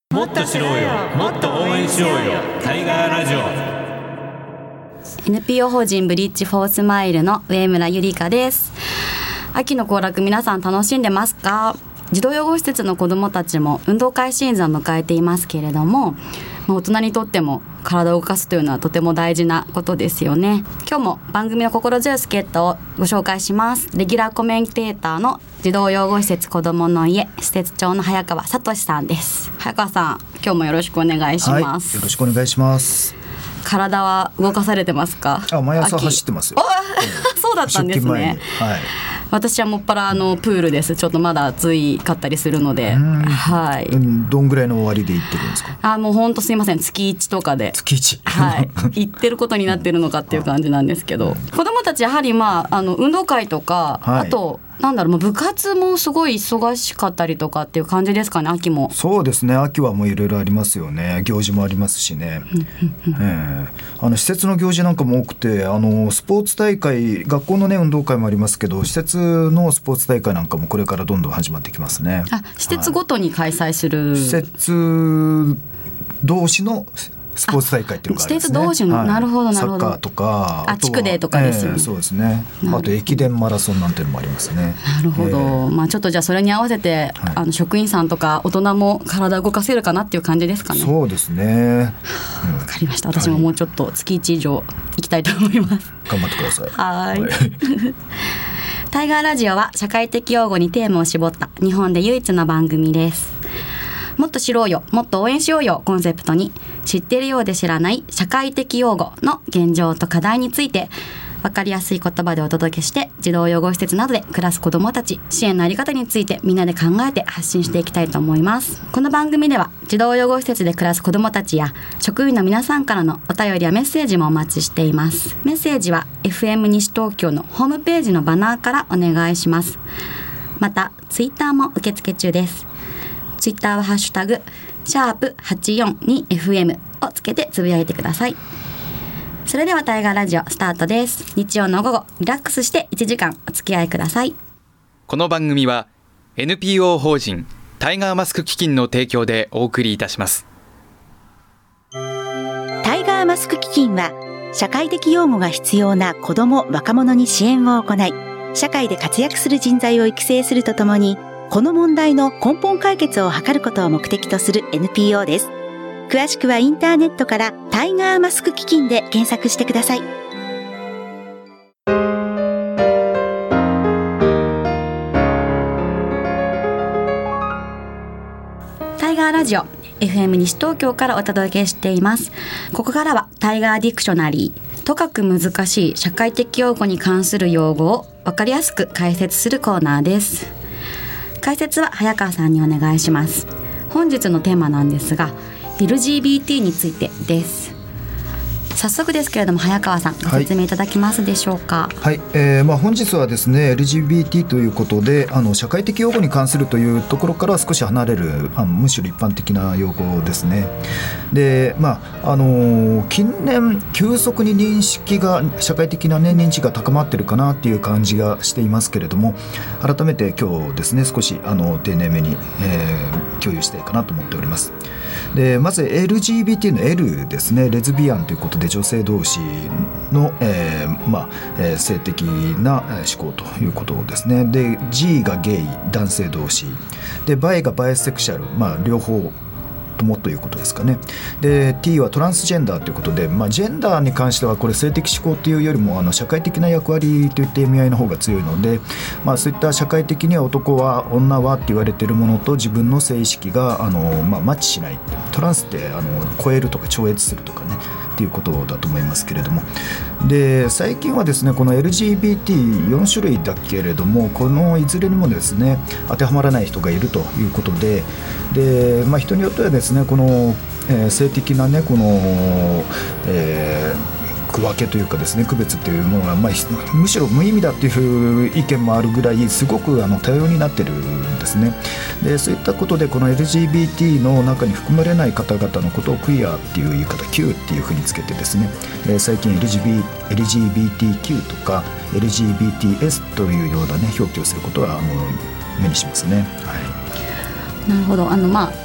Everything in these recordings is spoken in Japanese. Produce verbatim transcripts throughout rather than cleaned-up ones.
もっと知ろうよ、もっと応援しようよ、タイガーラジオ。 エヌピーオー 法人ブリッジフォースマイルの上村ゆりかです。秋の行楽、皆さん楽しんでますか？児童養護施設の子どもたちも運動会シーズンを迎えていますけれども、まあ、大人にとっても体を動かすというのはとても大事なことですよね。今日も番組の心強い助っ人をご紹介します。レギュラーコメンテーターの児童養護施設子どもの家施設長の早川聡さんです。早川さん、今日もよろしくお願いします。 はい、よろしくお願いします。 体は動かされてますか？ あ、毎朝走ってますよ。 そうだったんですね。 はい、 私はもっぱらあのプールです。ちょっとまだ暑いかったりするので、はい、 どんぐらいの終わりで行ってるんですか？ あ、もう本当すいません、月いちとかで月いち、 はい、行ってることになってるのかっていう感じなんですけど、子どもたちやはり、まあ、あの運動会とか、はい、あとなんだろう、もう部活もすごい忙しかったりとかっていう感じですかね。秋もそうですね、秋はもういろいろありますよね。行事もありますしね、えー、あの施設の行事なんかも多くて、あのスポーツ大会、学校の、ね、運動会もありますけど、施設のスポーツ大会なんかもこれからどんどん始まってきますね。 あ、施設ごとに開催する、はい、 施設同士のスポーツ大会っていうのがあるんですね。 施設同士の、はい、なるほどなるほど。 サッカーとか、 あ、地区でとかですよね、 えー、そうですね。あと駅伝マラソンなんていうのもありますね。 なるほど、えーまあ、ちょっとじゃあそれに合わせて、はい、あの職員さんとか大人も体を動かせるかなっていう感じですかね。 そうですね。わ、 うん、かりました。私ももうちょっと月いち以上行きたいと思います。 頑張ってください。 はい、はいタイガーラジオは社会的養護にテーマを絞った日本で唯一の番組です。もっと知ろうよ、もっと応援しようよコンセプトに、知っているようで知らない社会的養護の現状と課題について分かりやすい言葉でお届けして、児童養護施設などで暮らす子どもたち、支援のあり方についてみんなで考えて発信していきたいと思います。この番組では児童養護施設で暮らす子どもたちや職員の皆さんからのお便りやメッセージもお待ちしています。メッセージは エフエム 西東京のホームページのバナーからお願いします。またツイッターも受付中です。ツイッターはハッシュタグシャープ はちよんにエフエム をつけてつぶやいてください。それではタイガーラジオスタートです。日曜の午後、リラックスしていちじかんお付き合いください。 この番組は エヌピーオー 法人タイガーマスク基金の提供でお送りいたします。 タイガーマスク基金は社会的養護が必要な子ども・若者に支援を行い、社会で活躍する人材を育成するとともに、この問題の根本解決を図ることを目的とする エヌピーオー です。詳しくはインターネットからタイガーマスク基金で検索してください。 タイガーラジオ エフエム 西東京からお届けしています。ここからはタイガーディクショナリー、とかく難しい社会的養護に関する用語を分かりやすく解説するコーナーです。解説は早川さんにお願いします。本日のテーマなんですが エルジービーティー についてです。早速ですけれども早川さん、ご説明いただけますでしょうか？ はい、えーまあ、本日はですね エルジービーティー ということで、あの社会的養護に関するというところから少し離れる、あのむしろ一般的な用語ですね。で、まああのー、近年急速に認識が社会的な、ね、認知が高まってるかなっていう感じがしていますけれども、改めて今日ですね少しあの丁寧めに、えー、共有したいかなと思っております。でまず エルジービーティー の L ですね、レズビアンということで女性同士の、えーまあえー、性的な思考ということですね。で G がゲイ、男性同士で、バイがバイセクシャル、まあ、両方ともということですかね。で T はトランスジェンダーということで、まあ、ジェンダーに関してはこれ性的思考というよりもあの社会的な役割といった意味合いの方が強いので、まあ、そういった社会的には男は女はって言われているものと自分の性意識があの、まあ、マッチしない。トランスってあの超えるとか超越するとかねっていうことだと思いますけれども、で最近はですねこの エルジービーティーよん 種類だけれども、このいずれにもですね当てはまらない人がいるということで、で、まあ、人によってはですねこの、えー、性的なねこの、えー区分けというかですね区別というものが、まあ、むしろ無意味だっていう意見もあるぐらいすごくあの多様になってるんですね。でそういったことでこの エルジービーティー の中に含まれない方々のことをクイアっていう言い方 Q っていうふうにつけてですね、えー、最近 エルジービー エルジービーティーキュー とか エルジービーティーエス というような、ね、表記をすることはあの目にしますね。はい、 なるほど。あのまあ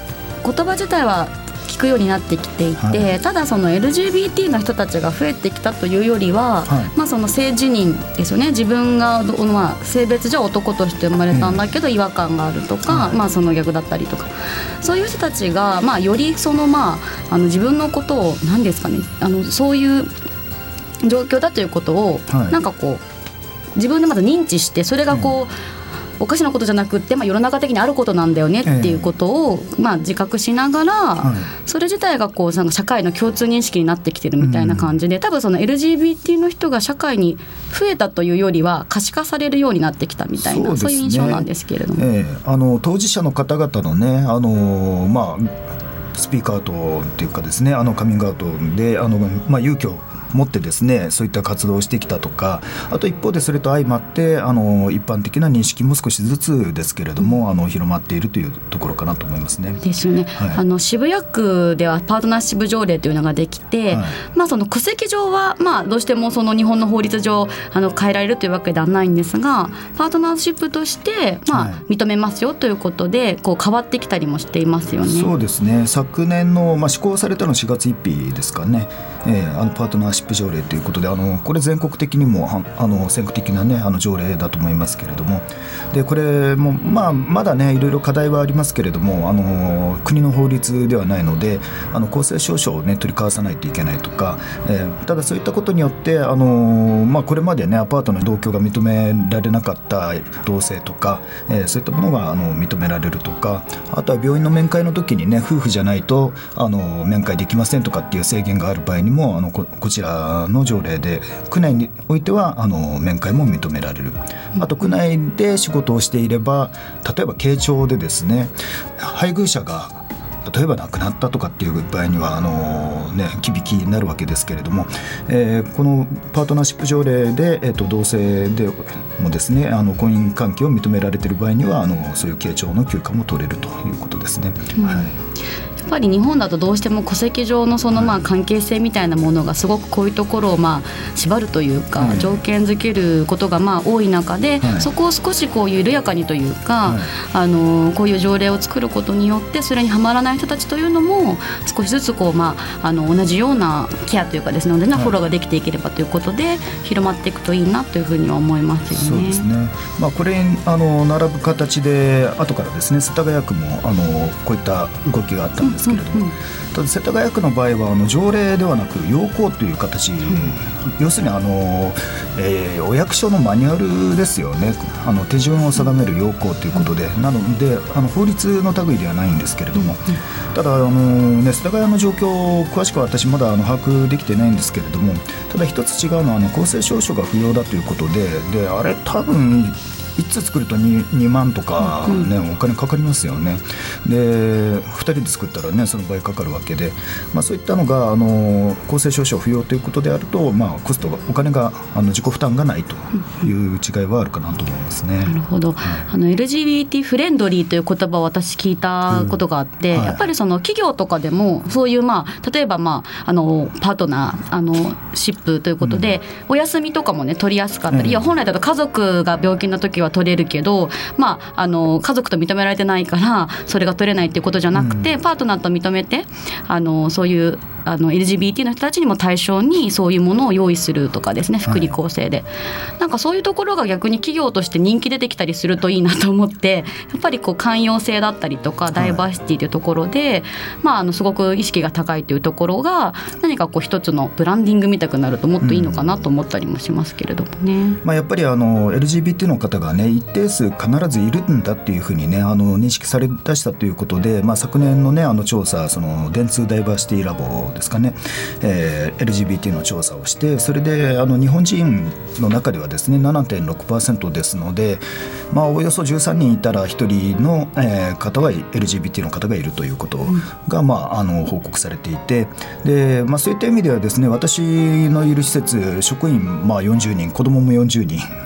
言葉自体は聞くようになってきていて、はい、ただその エルジービーティー の人たちが増えてきたというよりは、はい、まあ、その性自認ですよね。自分が、まあ、性別じゃ男として生まれたんだけど違和感があるとか、はい、まあ、その逆だったりとか、そういう人たちが、まあ、よりその、まあ、あの自分のことを何ですかね、あのそういう状況だということを、はい、なんかこう自分でまず認知して、それがこう、うん、おかしなことじゃなくって、まあ、世の中的にあることなんだよねっていうことを、えーまあ、自覚しながら、はい、それ自体がこうなんか社会の共通認識になってきてるみたいな感じで、うん、多分その エルジービーティー の人が社会に増えたというよりは可視化されるようになってきたみたいな、 そう、 そういう印象なんですけれども、 えー、あの当事者の方々のね、あの、まあ、スピークアウトっていうかですね、あのカミングアウトであの、まあ、勇気を持ってですね、そういった活動をしてきたとか、あと一方でそれと相まってあの一般的な認識も少しずつですけれども、うん、あの広まっているというところかなと思いますね。 ですよね、はい、あの渋谷区ではパートナーシップ条例というのができて、はい、まあ、その戸籍上は、まあ、どうしてもその日本の法律上あの変えられるというわけではないんですが、パートナーシップとして、まあ、はい、認めますよということでこう変わってきたりもしていますよね。 そうですね、昨年の、まあ、施行されたのしがつついたちですかね、えー、あのパートナーシップ条例ということで、あのこれ全国的にもあの先駆的な、ね、あの条例だと思いますけれども、でこれも、まあ、まだねいろいろ課題はありますけれども、あの国の法律ではないので、あの公正証書を、ね、取り交わさないといけないとか、えー、ただそういったことによってあの、まあ、これまで、ね、アパートの同居が認められなかった同性とか、えー、そういったものがあの認められるとか、あとは病院の面会の時に、ね、夫婦じゃないとあの面会できませんとかっていう制限がある場合にも、あの こ, こちらの条例で区内においてはあの面会も認められる。あと区内で仕事をしていれば、例えば傾聴でですね、配偶者が例えば亡くなったとかっていう場合にはあの、ね、忌引きになるわけですけれども、えー、このパートナーシップ条例で、えー、と同性でもですね、あの婚姻関係を認められている場合にはあのそういう傾聴の休暇も取れるということですね、うん、はい。 やっぱり日本だとどうしても戸籍上のそのまあ関係性みたいなものがすごくこういうところをまあ縛るというか、はい、条件づけることがまあ多い中で、はい、そこを少しこう緩やかにというか、はい、あのこういう条例を作ることによってそれにはまらない人たちというのも少しずつこう、まあ、あの同じようなケアというかですね、同じようなフォローができていければということで広まっていくといいなというふうには思いますよね。 そうですね、まあ、これにあの並ぶ形で後からですね、世田谷区もあのこういった動きがあったんですけれども、うんうんうん、ただ世田谷区の場合はあの条例ではなく要項という形、うん、要するにあの、えー、お役所のマニュアルですよね。あの手順を定める要項ということで、うん、なのであの法律の類ではないんですけれども、うん、ただあの、ね、世田谷の状況詳しくは私まだあの把握できてないんですけれども、ただ一つ違うのはあの公正証書が不要だということで、であれ多分いっつ作ると 2, にまんとか、ね、うん、お金かかりますよね。でふたりで作ったら、ね、その倍かかるわけで、まあ、そういったのがあの公正証書不要ということであると、まあ、コストがお金があの自己負担がないという違いはあるかなと思いますね。 なるほど、はい、あの エルジービーティー フレンドリーという言葉を私聞いたことがあって、うん、はい、やっぱりその企業とかでもそういう、まあ、例えば、まあ、あのパートナーあのシップということで、うん、お休みとかも、ね、取りやすかったり、うん、いや本来だと家族が病気の時は取れるけど、まあ、あの家族と認められてないからそれが取れないっていうことじゃなくて、うん、パートナーと認めてあのそういうあの エルジービーティー の人たちにも対象にそういうものを用意するとかですね、福利厚生で、はい、なんかそういうところが逆に企業として人気出てきたりするといいなと思って、やっぱりこう寛容性だったりとかダイバーシティというところで、はい、まあ、あのすごく意識が高いというところが何かこう一つのブランディングみたくなるともっといいのかなと思ったりもしますけれどもね、うん、 まあ、やっぱりあの エルジービーティー の方がね一定数必ずいるんだっていうふうにねあの認識され出したということで、まあ、昨年のねあの調査、その電通ダイバーシティラボですかね、えー、エルジービーティー の調査をして、それであの日本人の中ではですね ななてんろくパーセント ですので、まあ、およそじゅうさんにんいたらひとりの、えー、方は エルジービーティー の方がいるということが、うん、まあ、あの報告されていて、で、まあ、そういった意味ではですね、私のいる施設職員、まあ、よんじゅうにん、子どももよんじゅうにん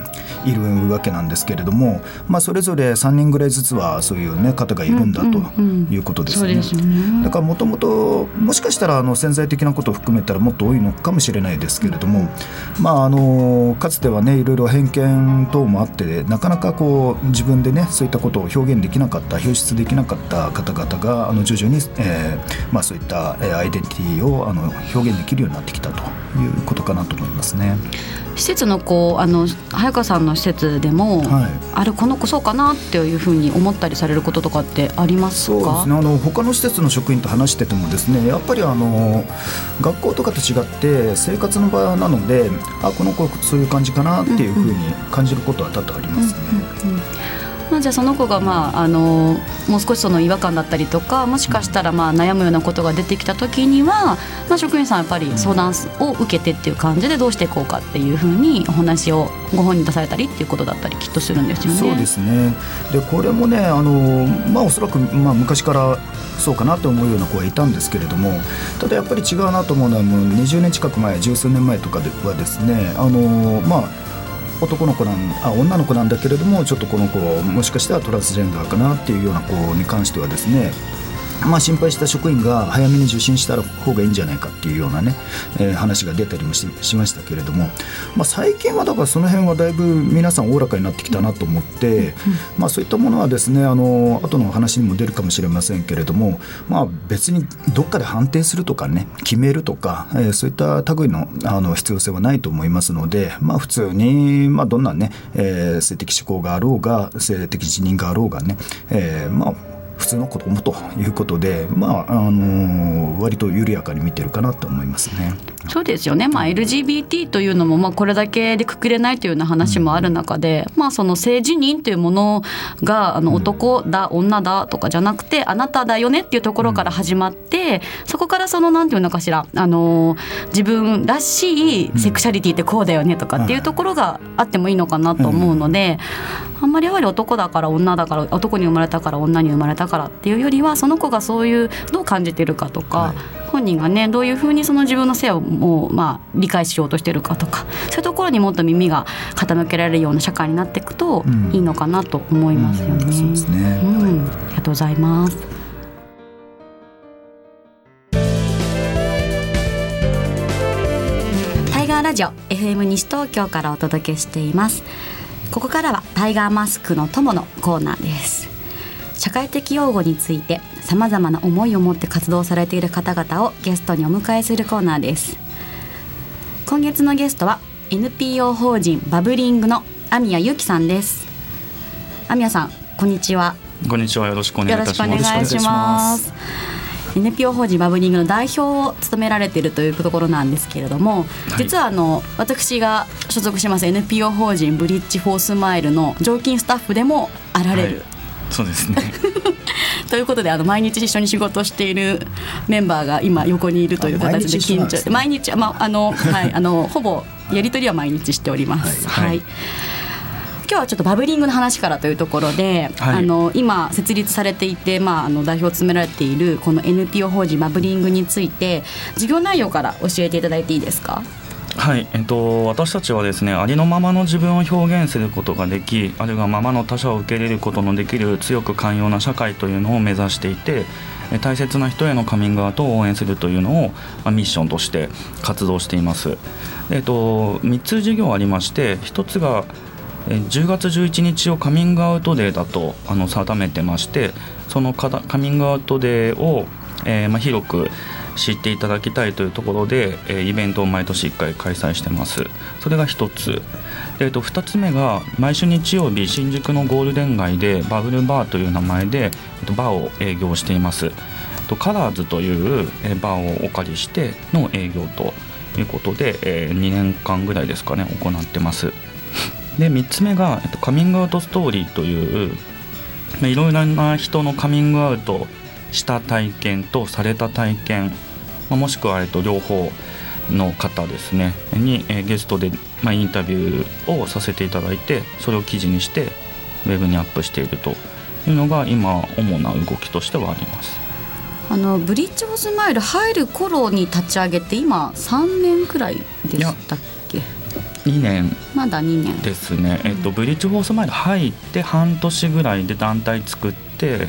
いるわけなんですけれども、まあ、それぞれさんにんぐらいずつはそういう、ね、方がいるんだということですよね。だからもともともしかしたらあの潜在的なことを含めたらもっと多いのかもしれないですけれども、まあ、あのかつてはねいろいろ偏見等もあってなかなかこう自分でねそういったことを表現できなかった表出できなかった方々があの徐々に、えーまあ、そういったアイデンティティをあの表現できるようになってきたということかなと思いますね。 施設のこうあの早川さんの施設でも、はい、あれこの子そうかなっていうふうに思ったりされることとかってありますか？ そうですね、あの他の施設の職員と話しててもですねやっぱりあの学校とかと違って生活の場なのであこの子そういう感じかなっていうふうに感じることは多々ありますね。うんうんうんうんまあ、じゃあその子が、まあ、あのもう少しその違和感だったりとかもしかしたらまあ悩むようなことが出てきた時には、まあ、職員さんやっぱり相談を受けてっていう感じでどうしていこうかっていうふうにお話をご本人出されたりっていうことだったりきっとするんですよね。 そうですね。でこれもねあの、まあ、おそらく、まあ、昔からそうかなと思うような子はいたんですけれどもただやっぱり違うなと思うのはもうにじゅうねん近く前十数年前とかではですねあのまあ男の子なんあ女の子なんだけれどもちょっとこの子もしかしたらトランスジェンダーかなっていうような子に関してはですねまあ、心配した職員が早めに受診した方がいいんじゃないかっていうようなね、えー、話が出たりも し, しましたけれども、まあ、最近はだからその辺はだいぶ皆さんおおらかになってきたなと思って、うんまあ、そういったものはですねあの後の話にも出るかもしれませんけれども、まあ、別にどっかで判定するとかね決めるとか、えー、そういった類 の, あの必要性はないと思いますので、まあ、普通に、まあ、どんなね、えー、性的指向があろうが性的自認があろうがね、えー、まあ普通の子供ということで、まああのー、割と緩やかに見てるかなと思いますね。 そうですよね、まあ、エルジービーティー というのもまあこれだけでくくれないというような話もある中で、うんまあ、その性自認というものがあの男だ、うん、女だとかじゃなくてあなただよねっていうところから始まって、うん、そこからそのなんていうのかしら、あのー、自分らしいセクシャリティってこうだよねとかっていうところがあってもいいのかなと思うので、うん、あんまりやはり男だから女だから男に生まれたから女に生まれたからっていうよりはその子がそういうどう感じてるかとか、はい、本人がねどういうふうにその自分の性をもう、まあ、理解しようとしてるかとかそういうところにもっと耳が傾けられるような社会になっていくといいのかなと思いますよね。 うんうん、そうですね、 うん、ありがとうございます。タイガーラジオ エフエム 西東京からお届けしています。ここからはタイガーマスクの友のコーナーです。社会的用語についてさまざまな思いを持って活動されている方々をゲストにお迎えするコーナーです。今月のゲストは エヌピーオー 法人バブリングの網谷由紀さんです。網谷さんこんにちは。 こんにちは、よろしくお願いいたします。 よろしくお願いします。エヌピーオー 法人バブリングの代表を務められているというところなんですけれども、はい、実はあの私が所属します エヌピーオー 法人ブリッジフォースマイルの常勤スタッフでもあられる、はい、 そうですねということであの毎日一緒に仕事しているメンバーが今横にいるという形で緊張毎日、まああのはい、あのほぼやり取りは毎日しております、はいはい、今日はちょっとバブリングの話からというところで、はい、あの今設立されていて、まあ、あの代表を務められているこの エヌピーオー 法人バブリングについて事業内容から教えていただいていいですか？ はい、えっと、私たちはですねありのままの自分を表現することができあるがままの他者を受け入れることのできる強く寛容な社会というのを目指していて大切な人へのカミングアウトを応援するというのを、まあ、ミッションとして活動しています。えっと、みっつ事業ありましてひとつがじゅうがつじゅういちにちをカミングアウトデーだとあの定めてましてそのカミングアウトデーを、えーまあ、広く知っていただきたいというところで、えー、イベントを毎年いっかい開催してます。それがひとつで、えっと、ふたつめが毎週日曜日新宿のゴールデン街でバブルバーという名前で、えっと、バーを営業しています。カラーズという、えー、バーをお借りしての営業ということで、えー、にねんかんぐらいですかね行ってます。でみっつめが、えっと、カミングアウトストーリーといういろいろな人のカミングアウトした体験とされた体験、まあ、もしくは、えっと、両方の方ですねに、えー、ゲストで、まあ、インタビューをさせていただいてそれを記事にしてウェブにアップしているというのが今主な動きとしてはあります。 あのブリッジフォースマイル入る頃に立ち上げて今さんねんくらいでしたっけ？ にねんまだにねんですね、えっと、ブリッジ放送前に入って半年ぐらいで団体作って、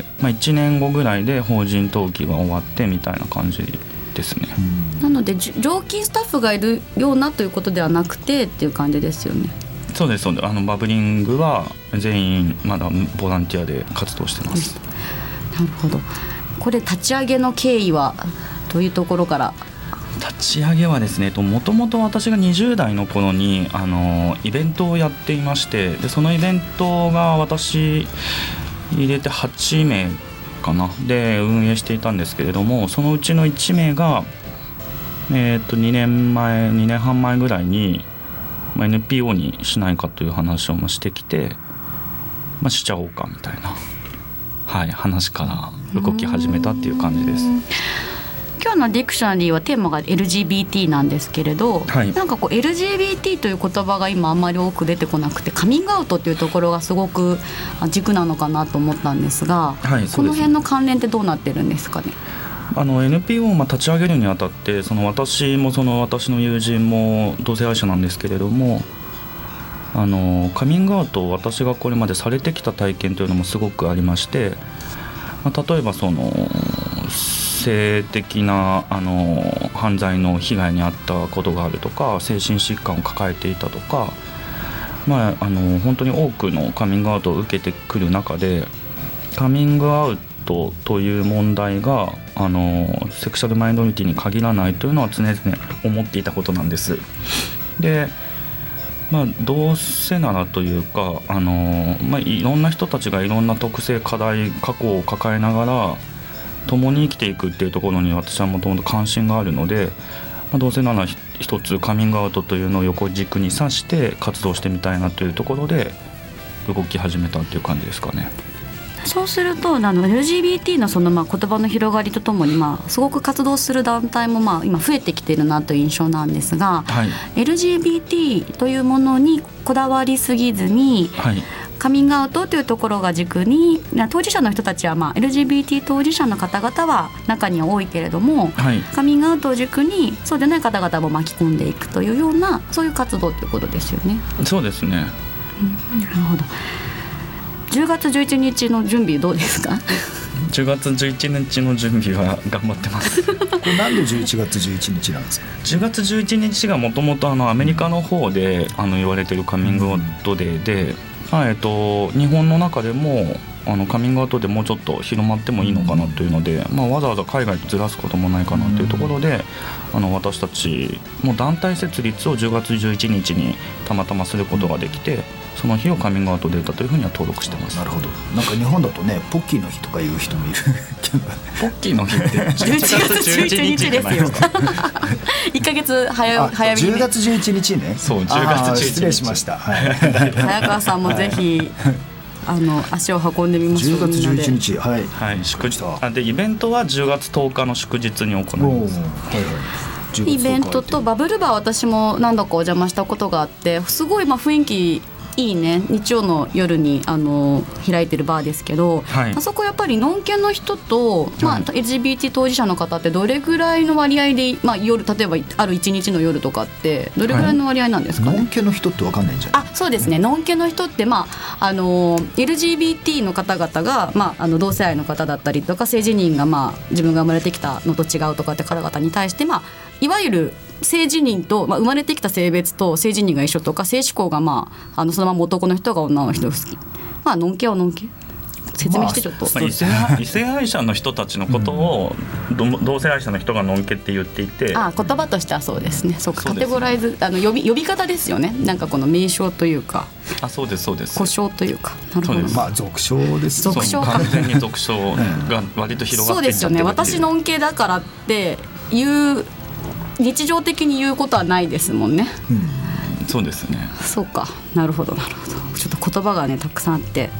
まあ、いちねんごぐらいで法人登記が終わってみたいな感じですね。 なので常勤スタッフがいるようなということではなくてっていう感じですよね。 そうですそうです。あのバブリングは全員まだボランティアで活動してます。 なるほど。これ立ち上げの経緯はどういうところから？ 立ち上げはですね、もともと私がにじゅう代の頃にあのイベントをやっていまして、でそのイベントが私入れてはちめいかなで運営していたんですけれども、そのうちのいちめいが、えー、とにねんまえにねんはん前ぐらいに、まあ、エヌピーオー にしないかという話をまあしてきて、まあ、しちゃおうかみたいな、はい、話から動き始めたっていう感じです。 今日のディクショナリーはテーマが エルジービーティー なんですけれど、 はい、 なんかこう エルジービーティー という言葉が今あんまり多く出てこなくて、カミングアウトっていうところがすごく軸なのかなと思ったんですが、 はい、 この辺の関連ってどうなってるんですかね。 あの エヌピーオー をまあ立ち上げるにあたって、その私もその私の友人も同性愛者なんですけれども、あのカミングアウトを私がこれまでされてきた体験というのもすごくありまして、まあ、例えばその性的なあの犯罪の被害に遭ったことがあるとか、精神疾患を抱えていたとか、まあ、あの本当に多くのカミングアウトを受けてくる中で、カミングアウトという問題があのセクシャルマイノリティに限らないというのは常々思っていたことなんです。で、まあ、どうせならというか、あの、まあ、いろんな人たちがいろんな特性課題過去を抱えながら共に生きていくっていうところに私はもともと関心があるので、まあ、どうせなら一つカミングアウトというのを横軸に指して活動してみたいなというところで動き始めたっていう感じですかね。 そうするとあの エルジービーティー のそのまあ言葉の広がりとともに、まあすごく活動する団体もまあ今増えてきているなという印象なんですが、 はい、 エルジービーティー というものにこだわりすぎずに、 はい、 カミングアウトというところが軸に、当事者の人たちは、まあ、エルジービーティー 当事者の方々は中には多いけれども、 はい、 カミングアウトを軸にそうでない方々も巻き込んでいくというような、そういう活動ということですよね。 そうですね、 うん、なるほど。じゅうがつじゅういちにちの準備どうですか？ じゅうがつじゅういちにちの準備は頑張ってますこれなんでじゅういちがつじゅういちにちなんですか？ じゅうがつじゅういちにちがもともとアメリカの方であの言われているカミングアウトデーで、まあえっと、日本の中でもあのカミングアウトでもうちょっと広まってもいいのかなというので、まあ、わざわざ海外とずらすこともないかなというところで、あの私たちも団体設立をじゅうがつじゅういちにちにたまたますることができて、その日をカミングアウトデータというふうには登録してます。 なるほど。なんか日本だとね、ポッキーの日とかいう人もいるけどポッキーの日ってじゅういちがつじゅういちにちですよいっかげつ早早めに、ね、 じゅうがつじゅういちにちね。 そう、じゅうがつじゅういちにち、 失礼しました、はい、 早川さんもぜひあの足を運んでみましょう。 じゅうがつじゅういちにち、はい、 はい、祝日でイベントはじゅうがつとおかの祝日に行います。はいはい、イベントとバブルバー、私も何度かお邪魔したことがあって、すごいまあ雰囲気いいね。日曜の夜にあの開いてるバーですけど、はい、あそこやっぱりノンケの人と、まあ、エルジービーティー 当事者の方ってどれぐらいの割合で、まあ、夜例えばある一日の夜とかってどれぐらいの割合なんですかね？ はい、ノンケの人って分かんないんじゃない？ あ、そうですね。ノンケの人って、まあ、あの エルジービーティー の方々が、まあ、あの同性愛の方だったりとか、性自認が、まあ、自分が生まれてきたのと違うとかって方々に対して、まあ、いわゆる性自認と、まあ、生まれてきた性別と性自認が一緒とか、性思考が、まあ、あのそのまま男の人が女の人が好き、まあ、ノンケはノンケ説明してちょっと、まあ、 異性異性愛者の人たちのことを、うん、同性愛者の人がノンケって言っていて、 あ、言葉としてはそうですね。そうか、カテゴライズ、あの呼び呼び方ですよね。なんかこの名称というか、 あ、そうですそうです、 呼称というか、なるほど、 まあ俗称です。 俗称か、 完全に俗称が割と広がっていっちゃってる。そうですよね。 私ノンケだからっていう日常的に言うことはないですもんね。 うん、そうですね。 そうか、なるほどなるほど。ちょっと言葉がねたくさんあって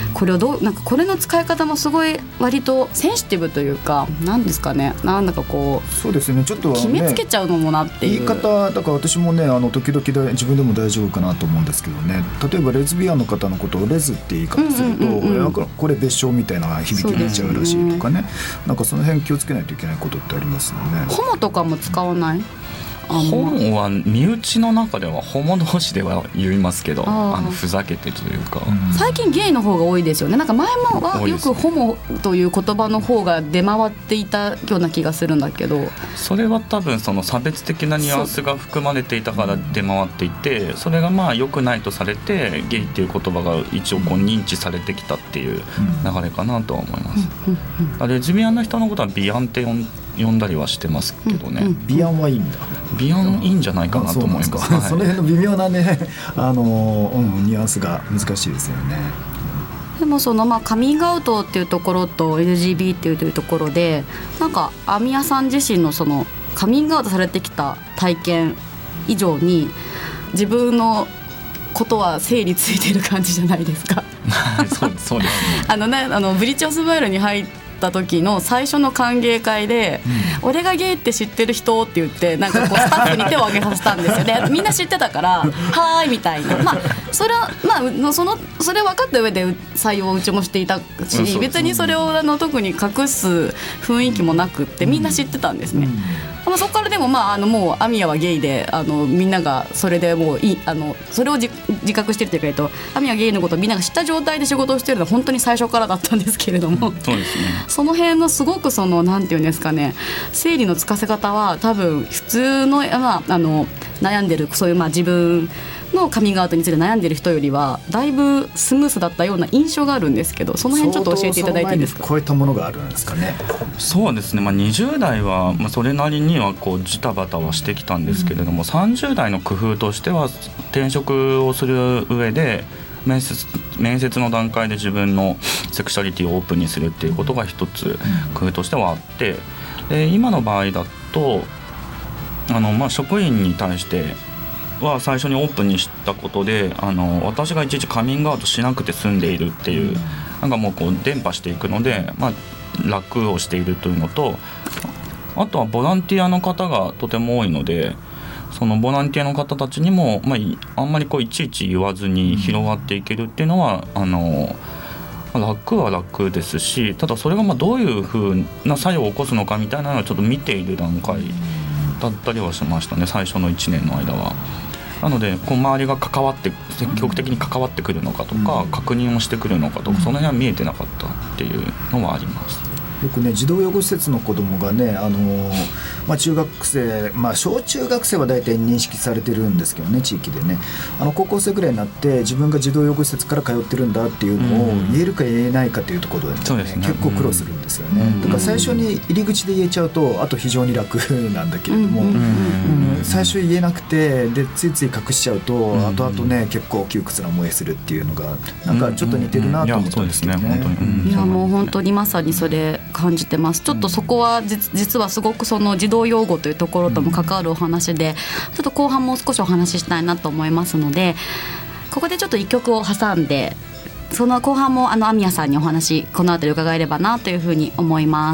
これをどうなんかこれの使い方もすごい割とセンシティブというかなんですかねなんだかこうそうですねちょっと、ね、 決めつけちゃうのもなっていう言い方だから私もねあの時々だ自分でも大丈夫かなと思うんですけどね例えばレズビアンの方のことをレズって言い方すると、うんうんうんうん、なんかこれ別称みたいな響きになっちゃうらしいとかね、なんかその辺気をつけないといけないことってありますよね。 ホモとかも使わない？ ホモは身内の中ではホモ同士では言いますけどああのふざけてというか、 うん、最近ゲイの方が多いですよね。なんか前もはよくホモという言葉の方が出回っていたような気がするんだけどそれは多分その差別的なニュアンスが含まれていたから出回っていて そ, それがまあ良くないとされてゲイっていう言葉が一応こう認知されてきたっていう流れかなとは思います、うん、レズビアンの人のことはビアンって呼ん呼んだりはしてますけどね、うんうん、 ビアンはいいんだビアンいいんじゃないかなと思います。 そ, はい、その辺の微妙なねあの、うん、ニュアンスが難しいですよね。 でもそのまあカミングアウトっていうところと エルジービー っていうところでなんかアミヤさん自身のそのカミングアウトされてきた体験以上に自分のことは整理ついてる感じじゃないですかそう、そうですねあのねあのブリッジオスマイルに入った時の最初の歓迎会で、うん、俺がゲイって知ってる人って言ってなんかこうスタッフに手を挙げさせたんですよねみんな知ってたからはーいみたいな、まあ、それは、まあ、そのそれ分かった上で採用をうちもしていたし、うん、別にそれをあの特に隠す雰囲気もなくってみんな知ってたんですね、うんまあ、そこからでも、まあ、あのもうアミヤはゲイであのみんながそれでもういいあのそれを自覚してるというか、えっと、アミヤはゲイのことをみんなが知った状態で仕事をしてるのは本当に最初からだったんですけれども、うん、 そうですね、 その辺のすごくそのなんていうんですかね整理のつかせ方は多分普通の、まあ、あの悩んでるそういうまあ自分のカミングアウトについて悩んでる人よりはだいぶスムースだったような印象があるんですけどその辺ちょっと教えていただいていいですか。 こういったものがあるんですかね。 そうですね、まあ、にじゅう代はまあそれなりにはこうジタバタはしてきたんですけれども、うん、さんじゅう代の工夫としては転職をする上で面接、面接の段階で自分のセクシャリティをオープンにするっていうことが一つ工夫としてはあって、で今の場合だとあの、まあ、職員に対しては最初にオープンにしたことであの私がいちいちカミングアウトしなくて済んでいるっていう、なんかもうこう伝播していくので、まあ、楽をしているというのと、あとはボランティアの方がとても多いのでそのボランティアの方たちにも、まあ、あんまりこういちいち言わずに広がっていけるっていうのはあの楽は楽ですし、ただそれがまあどういう風な作用を起こすのかみたいなのをちょっと見ている段階だったりはしましたね、最初のいちねんの間は。なのでこう周りが関わって積極的に関わってくるのかとか、確認をしてくるのかとか、その辺は見えてなかったっていうのはあります。 よくね児童養護施設の子どもがね、あのーまあ、中学生、まあ、小中学生は大体認識されてるんですけどね、地域でねあの高校生ぐらいになって自分が児童養護施設から通ってるんだっていうのを言えるか言えないかというところで、ねうん、結構苦労するんですよね、うん、だから最初に入り口で言えちゃうとあと非常に楽なんだけれども、うんうん、最初言えなくてでついつい隠しちゃうと、うん、後々ね結構窮屈な思いするっていうのがなんかちょっと似てるなと思ったんですけどね。 いやもう本当にまさにそれ感じてます。ちょっとそこは 実, 実はすごくその児童養護というところとも関わるお話で、ちょっと後半もう少しお話ししたいなと思いますので、ここでちょっと一曲を挟んでその後半もあのアミヤさんにお話この後で伺えればなというふうに思います。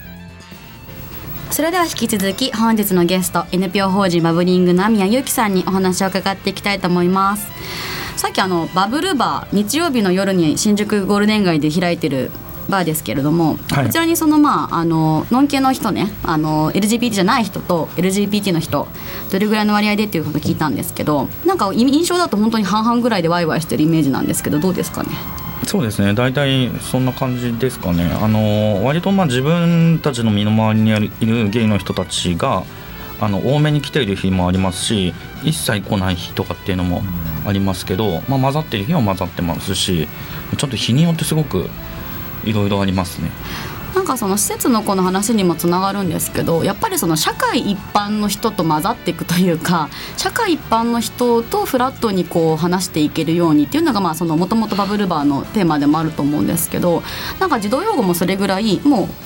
それでは引き続き本日のゲスト エヌピーオー 法人バブリングのアミヤユキさんにお話を伺っていきたいと思います。さっきあのバブルバー日曜日の夜に新宿ゴールデン街で開いてるバーですけれども、はい、こちらにそのまああのノン系の人ね、あの エルジービーティー じゃない人と エルジービーティー の人どれぐらいの割合でっていうことを聞いたんですけど、なんか印象だと本当に半々ぐらいでワイワイしてるイメージなんですけど、どうですかね。 そうですね、大体そんな感じですかね。あの割とまあ自分たちの身の回りにいるゲイの人たちがあの多めに来ている日もありますし、一切来ない日とかっていうのもありますけど、まあ、混ざっている日は混ざってますし、ちょっと日によってすごくいろいろありますね。 なんかその施設の子の話にもつながるんですけど、やっぱりその社会一般の人と混ざっていくというか、社会一般の人とフラットにこう話していけるようにっていうのがまあそのもともとバブルバーのテーマでもあると思うんですけど、なんか児童養護もそれぐらいもう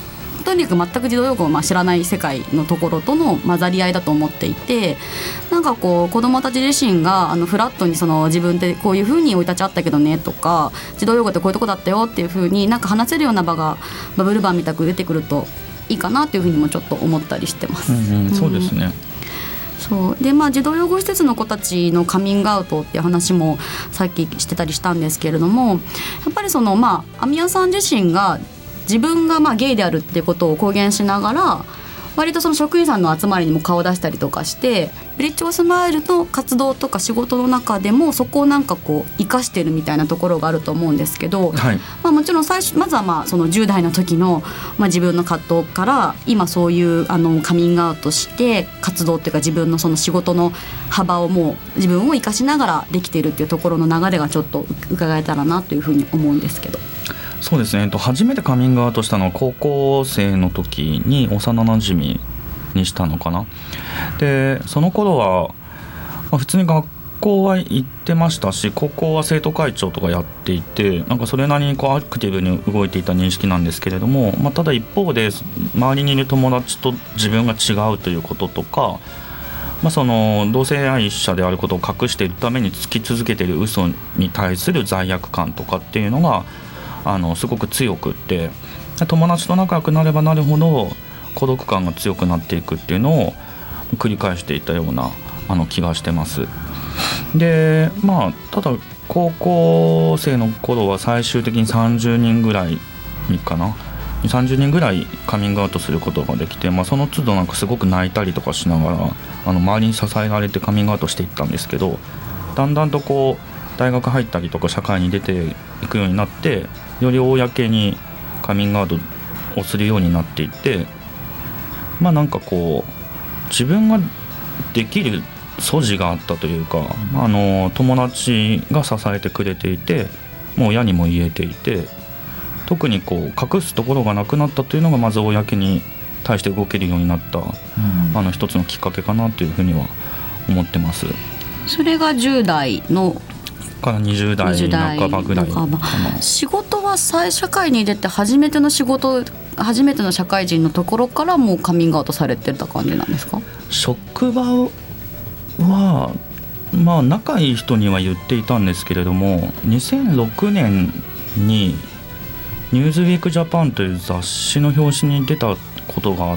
とにかく全く児童養護をまあ知らない世界のところとの混ざり合いだと思っていて、なんかこう子どもたち自身があのフラットにその自分ってこういう風に生い立ちあったけどねとか、児童養護ってこういうとこだったよっていう風になんか話せるような場がバブルバーみたく出てくるといいかなという風にもちょっと思ったりしてます。 うんうん、そうですね。 そうでまあ、児童養護施設の子たちのカミングアウトっていう話もさっきしてたりしたんですけれども、やっぱりそのまあアミヤさん自身が自分がまあゲイであるっていうことを公言しながら、割とその職員さんの集まりにも顔を出したりとかして、ブリッジオスマイルの活動とか仕事の中でもそこをなんかこう生かしてるみたいなところがあると思うんですけど、 はい、 まあ、もちろん最初まずはまあそのじゅう代の時のまあ自分の葛藤から今そういうあのカミングアウトして活動っていうか自分のその仕事の幅をもう自分を生かしながらできているっていうところの流れがちょっと伺えたらなというふうに思うんですけど。 そうですね、初めてカミングアウトしたのは高校生の時に幼なじみにしたのかな。でその頃は、まあ、普通に学校は行ってましたし、高校は生徒会長とかやっていて、なんかそれなりにこうアクティブに動いていた認識なんですけれども、まあ、ただ一方で周りにいる友達と自分が違うということとか、まあ、その同性愛者であることを隠しているためにつき続けている嘘に対する罪悪感とかっていうのがあのすごく強くって、友達と仲良くなればなるほど孤独感が強くなっていくっていうのを繰り返していたようなあの気がしてます。でまあただ高校生の頃は最終的にさんじゅうにんぐらいかなさんじゅうにんぐらいカミングアウトすることができて、まあ、その都度なんかすごく泣いたりとかしながらあの周りに支えられてカミングアウトしていったんですけど、だんだんとこう大学入ったりとか社会に出ていくようになって、より公にカミングアウトをするようになっていって、まあなんかこう自分ができる素地があったというか、あの友達が支えてくれていて、もう親にも言えていて、特にこう隠すところがなくなったというのがまず公に対して動けるようになった、うん、あの一つのきっかけかなというふうには思ってます。 それがじゅう代のからにじゅう代半ばぐらいかな。 仕事は社会に出て初めての仕事初めての社会人のところからもうカミングアウトされてた感じなんですか？ 職場はまあ仲いい人には言っていたんですけれども、にせんろくねんにニューズウィークジャパンという雑誌の表紙に出たことがあって、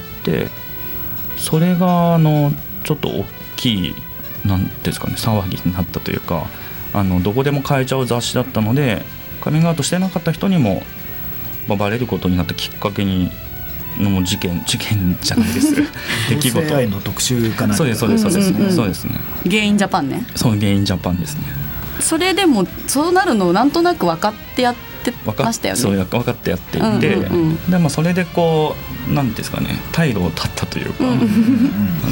それがあのちょっと大きいなんですかね、騒ぎになったというか、あのどこでも買えちゃう雑誌だったので、カミングアウトしてなかった人にも、まあ、バレることになったきっかけにの事件事件じゃないです出来事。 同性愛の特集かな。 そうですそうですそうですね、うんうんうん、そうですね。 ゲインジャパンね。 そうゲインジャパンですね。それでもそうなるのをなんとなく分かってやってましたよね。 そう分かってやっていて、うんうんうん、でもそれでこうなんですかね、退路を断ったというか、うん、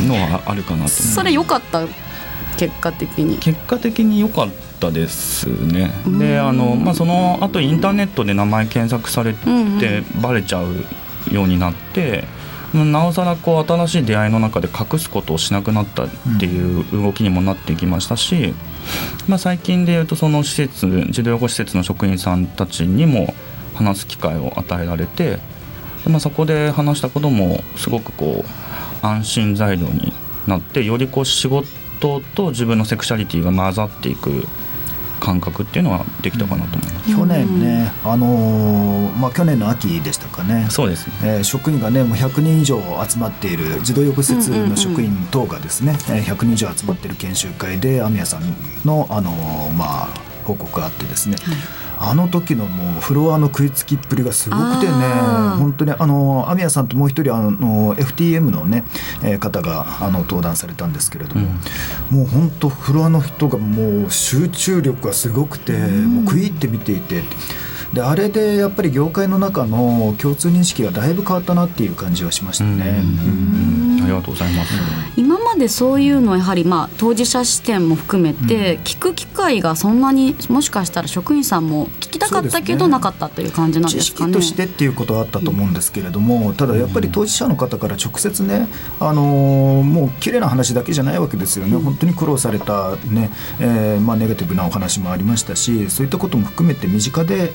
のはあるかなと思います。 それ良かった結果的に結果的に良かったですね。であの、まあ、その後インターネットで名前検索されてバレちゃうようになって、うんうん、なおさらこう新しい出会いの中で隠すことをしなくなったっていう動きにもなっていきましたし、まあ、最近でいうとその施設児童養護施設の職員さんたちにも話す機会を与えられて、で、まあ、そこで話したこともすごくこう安心材料になって、よりこう仕事と自分のセクシャリティが混ざっていく感覚っていうのはできたかなと思います。 去年ね、あのーまあ、去年の秋でしたかね。 そうですね、 えー、職員がねもうひゃくにん以上集まっている児童養護施設の職員等がですね、うんうんうん、ひゃくにん以上集まっている研修会でアミヤさんの、あのーまあ、報告があってですね、はい、あの時のもうフロアの食いつきっぷりがすごくてね、本当にあのアミヤさんともう一人あの エフティーエム の、ね、えー、方があの登壇されたんですけれども、うん、もう本当フロアの人がもう集中力がすごくて、うん、もう食い入って見ていて、であれでやっぱり業界の中の共通認識がだいぶ変わったなっていう感じはしましたね。 うんうん、ありがとうございます。 今までそういうのをやはり、まあ、当事者視点も含めて聞く機会がそんなにもしかしたら職員さんも聞きたかったけどなかったという感じなんですかね。 知識としてっていうことはあったと思うんですけれども、うん、ただやっぱり当事者の方から直接ね、あのー、もう綺麗な話だけじゃないわけですよね、うん、本当に苦労された、ね、えーまあ、ネガティブなお話もありましたし、そういったことも含めて身近で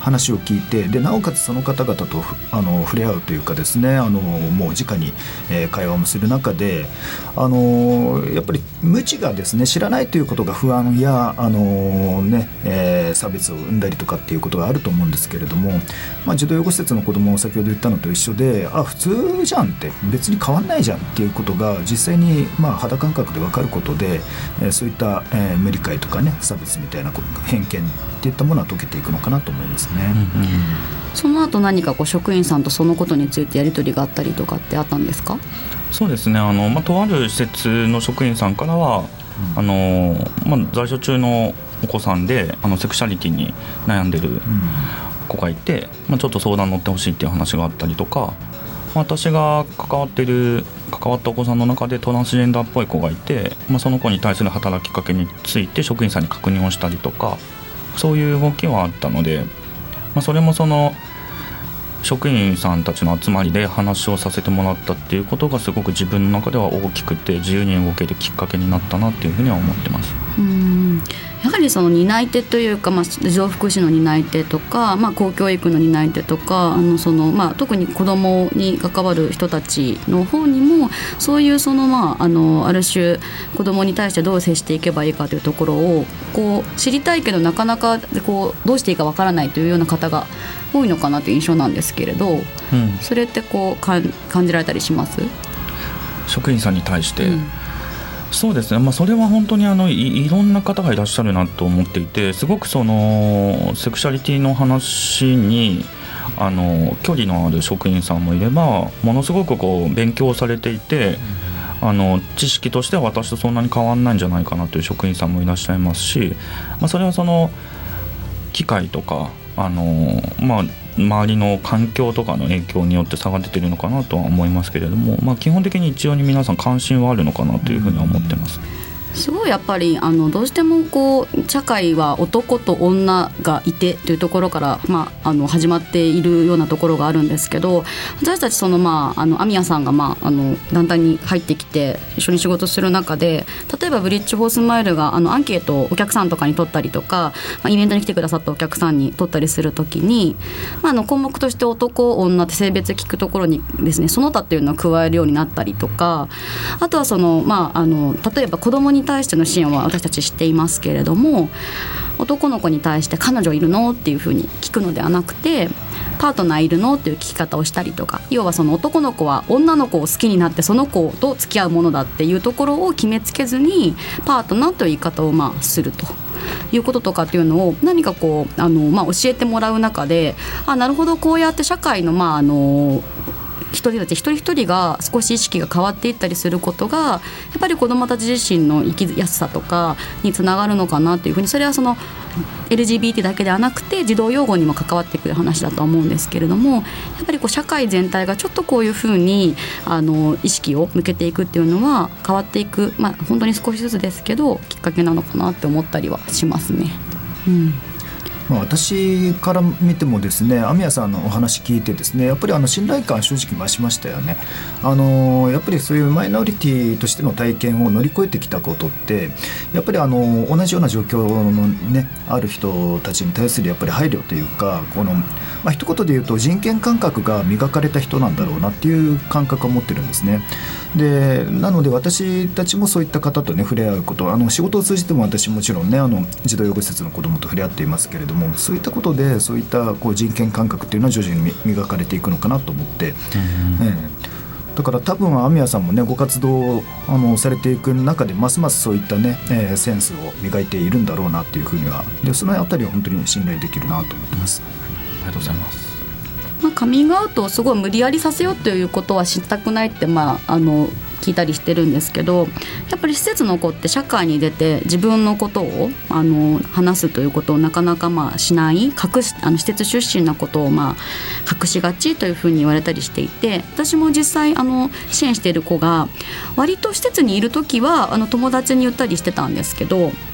話を聞いて、でなおかつその方々とあの触れ合うというかですね、あのもう直に、えー、会話もする中で、あのやっぱり無知がですね、知らないということが不安やあの、ねえー、差別を生んだりとかっていうことがあると思うんですけれども、まあ、児童養護施設の子どもを先ほど言ったのと一緒で、あ普通じゃんって別に変わんないじゃんっていうことが実際に、まあ、肌感覚で分かることで、えー、そういった、えー、無理解とかね、差別みたいな偏見っていったものは解けていくのかなと思いますね。 うんうん、その後何かこう職員さんとそのことについてやり取りがあったりとかってあったんですか？ そうですね、あの、まあ、とある施設の職員さんからは、うん、あのまあ、在所中のお子さんであのセクシャリティに悩んでる子がいて、まあ、ちょっと相談乗ってほしいっていう話があったりとか、私が関わってる関わったお子さんの中でトランスジェンダーっぽい子がいて、まあ、その子に対する働きかけについて職員さんに確認をしたりとか、そういう動きはあったので、まあ、それもその職員さんたちの集まりで話をさせてもらったっていうことがすごく自分の中では大きくて自由に動けるきっかけになったなっていうふうには思ってます。 うーん、やはりその担い手というか、まあ、児童福祉の担い手とか、まあ、公教育の担い手とか、あのその、まあ、特に子どもに関わる人たちの方にもそういうその、まあ、あのある種子どもに対してどう接していけばいいかというところをこう知りたいけどなかなかこうどうしていいかわからないというような方が多いのかなという印象なんですけれど、うん、それってこうか感じられたりします？ 職員さんに対して、うん、そうですね、まあ、それは本当にあの い, いろんな方がいらっしゃるなと思っていて、すごくそのセクシャリティの話にあの距離のある職員さんもいれば、ものすごくこう勉強されていて、うん、あの知識としては私とそんなに変わんないんじゃないかなという職員さんもいらっしゃいますし、まあ、それはその機会とかあの、まあ、周りの環境とかの影響によって差が出ているのかなとは思いますけれども、まあ、基本的に一応に皆さん関心はあるのかなというふうには思ってます。 すごいやっぱりあのどうしてもこう社会は男と女がいてというところから、まあ、あの始まっているようなところがあるんですけど、私たちその、まあ、あのアミヤさんが、まあ、あの団体に入ってきて一緒に仕事する中で、例えばブリッジフォースマイルがあのアンケートをお客さんとかに取ったりとか、まあ、イベントに来てくださったお客さんに取ったりするときに、まあ、あの項目として男女って性別聞くところにですね、その他っていうのを加えるようになったりとか、あとはその、まあ、あの例えば子供に対しての支援は私たち知っていますけれども、男の子に対して彼女いるのっていうふうに聞くのではなくて、パートナーいるのっていう聞き方をしたりとか、要はその男の子は女の子を好きになってその子と付き合うものだっていうところを決めつけずにパートナーという言い方をまあするということとかっていうのを何かこうあの、まあ、教えてもらう中で、あ、なるほど、こうやって社会のまああの一人たち一人一人が少し意識が変わっていったりすることがやっぱり子どもたち自身の生きやすさとかにつながるのかなというふうに、それはその エルジービーティー だけではなくて児童養護にも関わってくる話だと思うんですけれども、やっぱりこう社会全体がちょっとこういうふうにあの意識を向けていくっていうのは変わっていく、まあ、本当に少しずつですけどきっかけなのかなって思ったりはしますね。うん、 まあ、私から見てもですね、アミヤさんのお話聞いてですね、やっぱりあの信頼感正直増しましたよね。あのやっぱりそういうマイノリティとしての体験を乗り越えてきたことって、やっぱりあの同じような状況の、ね、ある人たちに対するやっぱり配慮というか、この、まあ、一言で言うと人権感覚が磨かれた人なんだろうなっていう感覚を持ってるんですね。でなので私たちもそういった方とね触れ合うこと、あの仕事を通じても私もちろんねあの児童養護施設の子どもと触れ合っていますけれども、そういったことでそういったこう人権感覚っていうのは徐々に磨かれていくのかなと思って、うん、えー、だから多分アミヤさんもねご活動をあのされていく中でますますそういったね、えー、センスを磨いているんだろうなっていうふうには、でそのあたりは本当に信頼できるなと思ってます。 ありがとうございます。 まあ、カミングアウトをすごい無理やりさせようということはしたくないって、まあ、あの聞いたりしてるんですけど、やっぱり施設の子って社会に出て自分のことをあの話すということをなかなかまあしない、隠しあの施設出身なことをまあ隠しがちというふうに言われたりしていて、私も実際あの支援している子が割と施設にいるときはあの友達に言ったりしてたんですけど、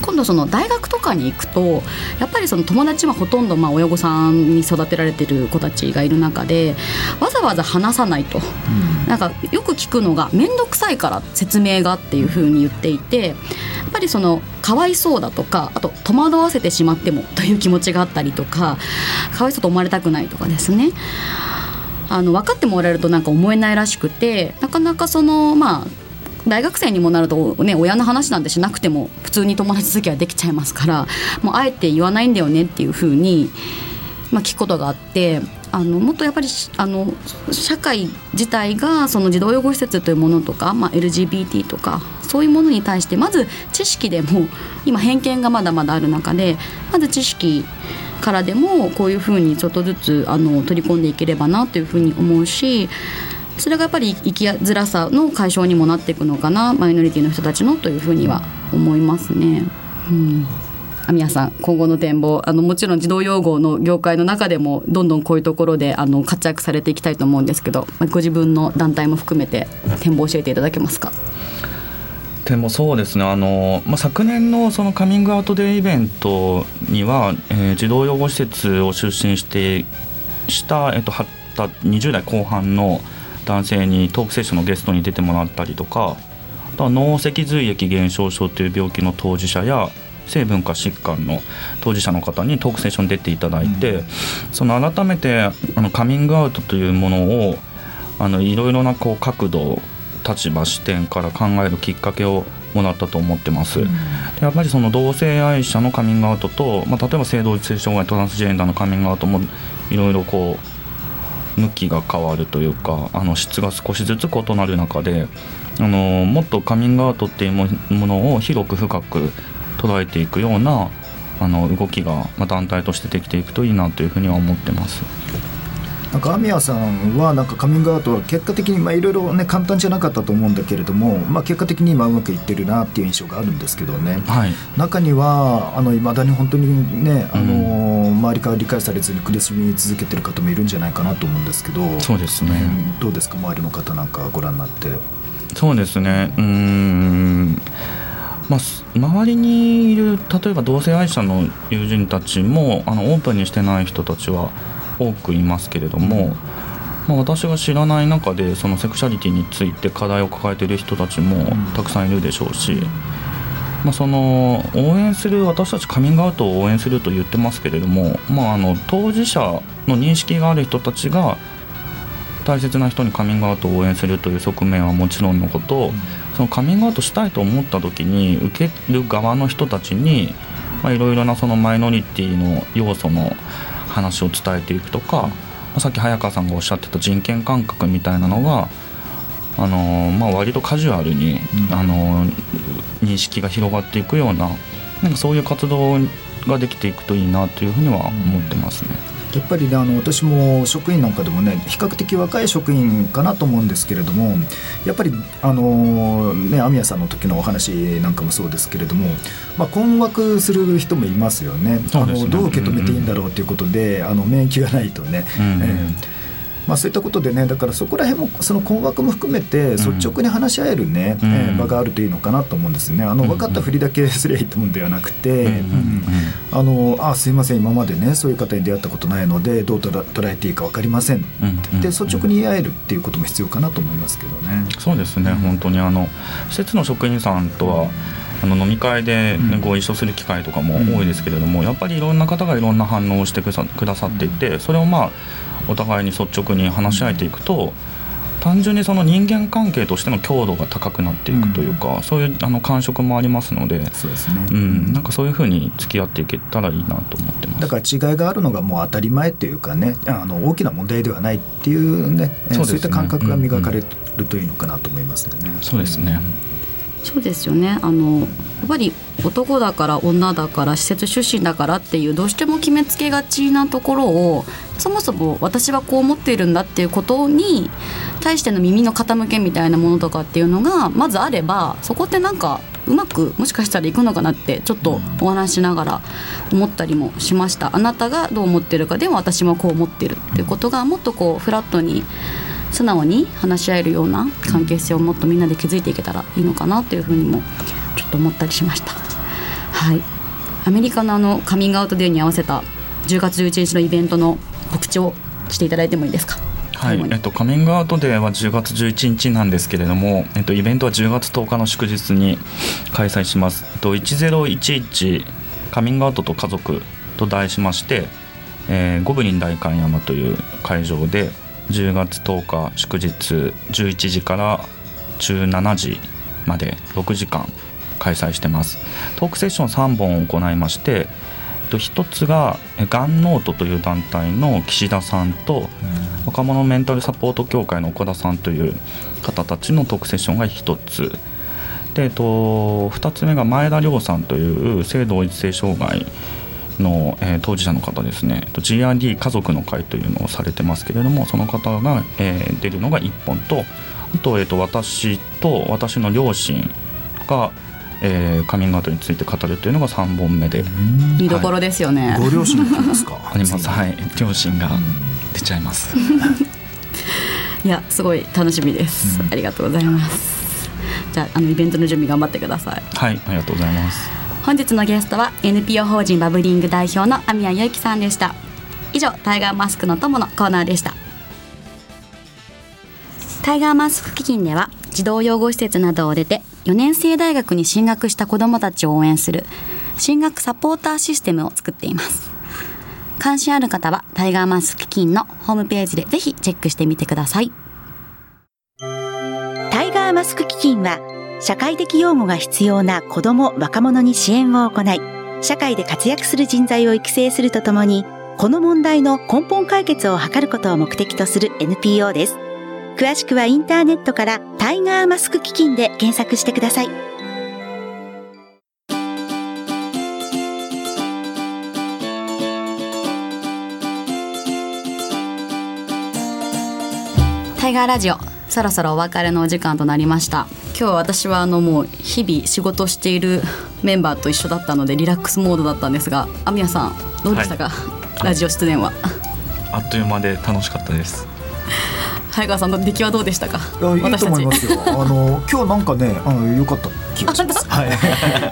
今度その大学とかに行くとやっぱりその友達はほとんどまあ親御さんに育てられてる子たちがいる中でわざわざ話さないと、うん、なんかよく聞くのが面倒くさいから説明がっていう風に言っていて、やっぱりそのかわいそうだとか、あと戸惑わせてしまってもという気持ちがあったりとか、かわいそうと思われたくないとかですね、あの分かってもらえるとなんか思えないらしくて、なかなかそのまあ大学生にもなると、ね、親の話なんてしなくても普通に友達付きはできちゃいますから、もうあえて言わないんだよねっていう風に、まあ、聞くことがあって、あのもっとやっぱりあの社会自体がその児童養護施設というものとか、まあ、エルジービーティー とかそういうものに対してまず知識でも今偏見がまだまだある中で、まず知識からでもこういう風にちょっとずつあの取り込んでいければなという風に思うし、それがやっぱり生きづらさの解消にもなっていくのかな、マイノリティの人たちのというふうには思いますね。うん、網谷さん、今後の展望、あのもちろん児童養護の業界の中でもどんどんこういうところであの活躍されていきたいと思うんですけど、ご自分の団体も含めて展望を教えていただけますか。 でもそうですね、あの、まあ、昨年のそのカミングアウトデーイベントには、えー、児童養護施設を出身してした、えっと、にじゅう代後半の男性にトークセッションのゲストに出てもらったりとか、あとは脳脊髄液減少症という病気の当事者や性分化疾患の当事者の方にトークセッションに出ていただいて、うん、その改めてあのカミングアウトというものをあのいろいろなこう角度、立場、視点から考えるきっかけをもらったと思ってます。うん、でやっぱりその同性愛者のカミングアウトと、まあ、例えば性同一性障害、トランスジェンダーのカミングアウトもいろいろこう向きが変わるというか、あの質が少しずつ異なる中で、あのもっとカミングアウトっていうものを広く深く捉えていくようなあの動きが、まあ、団体としてできていくといいなというふうには思ってます。 なんか網谷さんはなんかカミングアウトは結果的にいろいろね簡単じゃなかったと思うんだけれども、まあ、結果的に今うまくいってるなっていう印象があるんですけどね、はい、中にはあの未だに本当にね、あの、うん、周りから理解されずに苦しみ続けてる方もいるんじゃないかなと思うんですけど、 そうですね、 うん、どうですか、周りの方なんかご覧になって。 そうですね、うーん、まあ、周りにいる例えば同性愛者の友人たちもあのオープンにしてない人たちは多くいますけれども、まあ、私が知らない中でそのセクシャリティについて課題を抱えている人たちもたくさんいるでしょうし、まあ、その応援する、私たちカミングアウトを応援すると言ってますけれども、まあ、あの当事者の認識がある人たちが大切な人にカミングアウトを応援するという側面はもちろんのこと、そのカミングアウトしたいと思った時に受ける側の人たちにいろいろなそのマイノリティの要素の話を伝えていくとか、さっき早川さんがおっしゃってた人権感覚みたいなのがあの、まあ、割とカジュアルに、うん、あの認識が広がっていくような、なんかそういう活動ができていくといいなというふうには思ってますね。 やっぱりね、あの私も職員なんかでもね比較的若い職員かなと思うんですけれども、やっぱりあのね網谷さんの時のお話なんかもそうですけれども、まあ、困惑する人もいますよね。あのどう受け止めていいんだろうということで、うんうん、あの免疫がないとね、うんうん、えーまあ、そういったことでね、だからそこら辺もその困惑も含めて率直に話し合えるね、うんえー、場があるといいのかなと思うんですね。あの分かったふりだけすればいいと思うんではなくて、うんうん、あのあすいません今までねそういう方に出会ったことないのでどう捉えていいか分かりませんって言って率直に言い合えるっていうことも必要かなと思いますけどね。 そうですね、本当にあの施設の職員さんとはあの飲み会で、ね、ご一緒する機会とかも多いですけれども、やっぱりいろんな方がいろんな反応をしてくださっていて、それをまあお互いに率直に話し合えていくと、単純にその人間関係としての強度が高くなっていくというか、うん、そういうあの感触もありますので、 そうですね、 うん、なんかそういうふうに付き合っていけたらいいなと思ってます。 だから違いがあるのがもう当たり前っていうかね、あの大きな問題ではないっていうね、そうですね、そういった感覚が磨かれるといいのかなと思いますね。 うんうん、そうですね、 そうですよね。あのやっぱり男だから女だから施設出身だからっていうどうしても決めつけがちなところを、そもそも私はこう思っているんだっていうことに対しての耳の傾けみたいなものとかっていうのがまずあれば、そこってなんかうまくもしかしたらいくのかなってちょっとお話しながら思ったりもしました。あなたがどう思ってるかでも私もこう思ってるっていうことがもっとこうフラットに素直に話し合えるような関係性をもっとみんなで築いていけたらいいのかなというふうにもちょっと思ったりしました。ははい、アメリカのあのカミングアウトデーに合わせたじゅうがつじゅういちにちのイベントの告知をしていただいてもいいですか。 はい、えっと、カミングアウトデーはじゅうがつじゅういちにちなんですけれども、えっと、イベントはじゅうがつとおかの祝日に開催します。えっと、いちぜろいちいちカミングアウトと家族と題しまして、えー、ゴブリン代官山という会場でじゅうがつとおか祝日じゅういちじからじゅうしちじまでろくじかん開催してます。トークセッションさんぼん行いまして、ひとつがガンノートという団体の岸田さんと若者メンタルサポート協会の岡田さんという方たちのトークセッションがひとつで、えっと、ふたつめが前田亮さんという性同一性障害の、えー、当事者の方ですね。 ジーアールディー 家族の会というのをされてますけれども、その方が、えー、出るのがいっぽんと、あと、えー、と私と私の両親がえー、カミングアウトについて語るというのがさんぼんめで、 見どころですよね、 はい、ご両親なんですか。 あります、はい、両親が出ちゃいますいやすごい楽しみです、うん、ありがとうございます。じゃあ、あのイベントの準備頑張ってください。 はい、ありがとうございます。 本日のゲストは エヌピーオー 法人バブリング代表の網谷祐樹さんでした。以上、タイガーマスクの友のコーナーでした。タイガーマスク基金では児童養護施設などを出てよねんせい大学に進学した子どもたちを応援する進学サポーターシステムを作っています。関心ある方はタイガーマスク基金のホームページでぜひチェックしてみてください。 タイガーマスク基金は社会的養護が必要な子ども・若者に支援を行い、社会で活躍する人材を育成するとともに、この問題の根本解決を図ることを目的とする エヌピーオー です。詳しくはインターネットからタイガーマスク基金で検索してください。 タイガーラジオ、そろそろお別れのお時間となりました。今日私はあのもう日々仕事しているメンバーと一緒だったのでリラックスモードだったんですが、網谷さんどうでしたか、はい、ラジオ出演は。 あっという間で楽しかったです。 早川さんの出来はどうでしたか。 いや、いいと思いますよ。あの今日なんかね、あの良かった気がします。はい、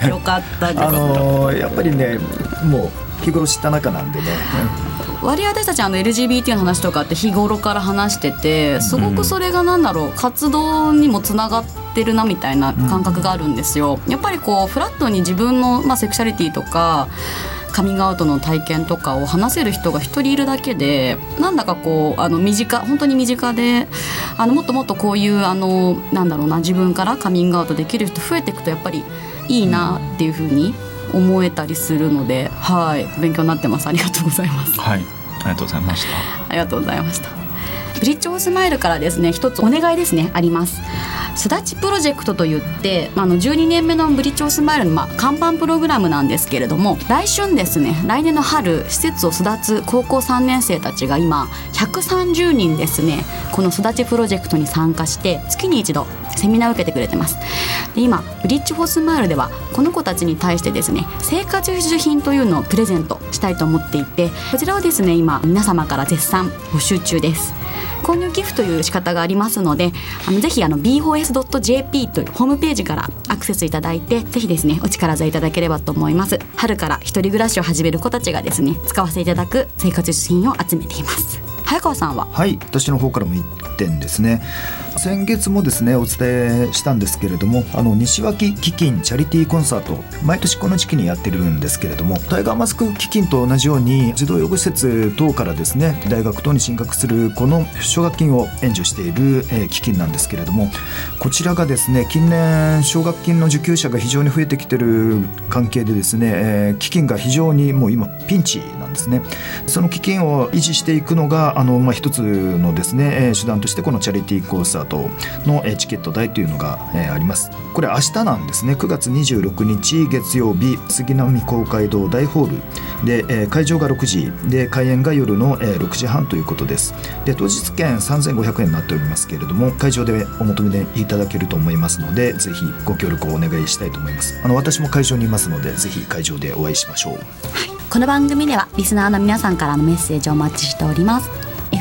よかったです。 あのやっぱりね、もう日頃知った仲なんでね。 割合私たちあの エルジービーティー の話とかって日頃から話してて、すごくそれがなんだろう、活動にもつながってるなみたいな感覚があるんですよ。やっぱりこうフラットに自分の、まあ、セクシャリティとかカミングアウトの体験とかを話せる人が一人いるだけで、なんだかこうあの身近、本当に身近で、あのもっともっとこういうあのなんだろうな、自分からカミングアウトできる人増えていくとやっぱりいいなっていう風に思えたりするので、はい、勉強になってます。ありがとうございます。 はい、ありがとうございました。 ありがとうございました。ブリッジオブスマイルからですね、一つお願いですねあります。すだちプロジェクトといって、あのじゅうにねんめのブリッジオブスマイルの、まあ、看板プログラムなんですけれども、来春ですね、来年の春施設を巣立つ高校さんねん生たちが今ひゃくさんじゅうにんですね、このすだちプロジェクトに参加して月に一度セミナーを受けてくれてます。で今ブリッジフォースマイルではこの子たちに対してですね、生活必需品というのをプレゼントしたいと思っていて、こちらはですね今皆様から絶賛募集中です。購入寄付という仕方がありますので、あのぜひあの ビーフォーエスドットジェーピー というホームページからアクセスいただいて、ぜひですねお力添えいただければと思います。春から一人暮らしを始める子たちがですね使わせていただく生活必需品を集めています。早川さんは。 はい、私の方からもいってんですね。先月もですねお伝えしたんですけれども、あの西脇基金チャリティーコンサート、毎年この時期にやってるんですけれども、タイガーマスク基金と同じように児童養護施設等からですね大学等に進学する子の奨学金を援助している、えー、基金なんですけれども、こちらがですね近年奨学金の受給者が非常に増えてきている関係でですね、えー、基金が非常にもう今ピンチなんですね。その基金を維持していくのがあの、まあ、一つのですね、えー、手段としてこのチャリティーコンサートのチケット代というのが、えー、あります。これ明日なんですね。くがつにじゅうろくにち月曜日、杉並公会堂大ホールで、えー、会場がろくじで開演が夜の、えー、ろくじはんということです。で当日券さんぜんごひゃくえんになっておりますけれども、会場でお求めいただけると思いますので、ぜひご協力をお願いしたいと思います。あの私も会場にいますので、ぜひ会場でお会いしましょう。はい、 この番組ではリスナーの皆さんからのメッセージをお待ちしております。エフ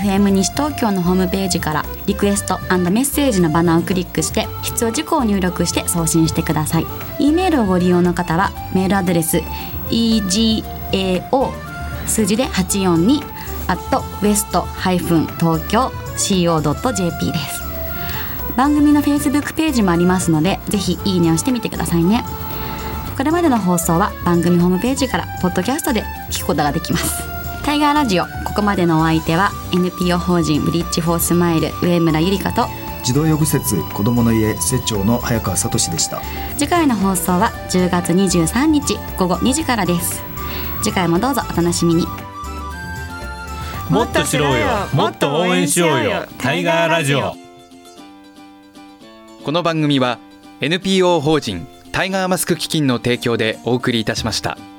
エフエム 西東京のホームページからリクエスト&メッセージのバナーをクリックして必要事項を入力して送信してください。 E メールをご利用の方はメールアドレス イージーエーオー 数字ではちよんに アット ウエスト 東京 シーオー ドット ジェーピー です。番組の Facebook ページもありますのでぜひいいねをしてみてくださいね。これまでの放送は番組ホームページからポッドキャストで聞くことができます。タイガーラジオ、ここまでのお相手は エヌピーオー 法人ブリッジフォースマイル上村ゆりかと児童養護施設子どもの家施設長の早川聡でした。 次回の放送はじゅうがつにじゅうさんにちごごにじからです。次回もどうぞお楽しみに。 もっと知ろうよ、もっと応援しようよ、タイガーラジオ。 この番組は エヌピーオー 法人タイガーマスク基金の提供でお送りいたしました。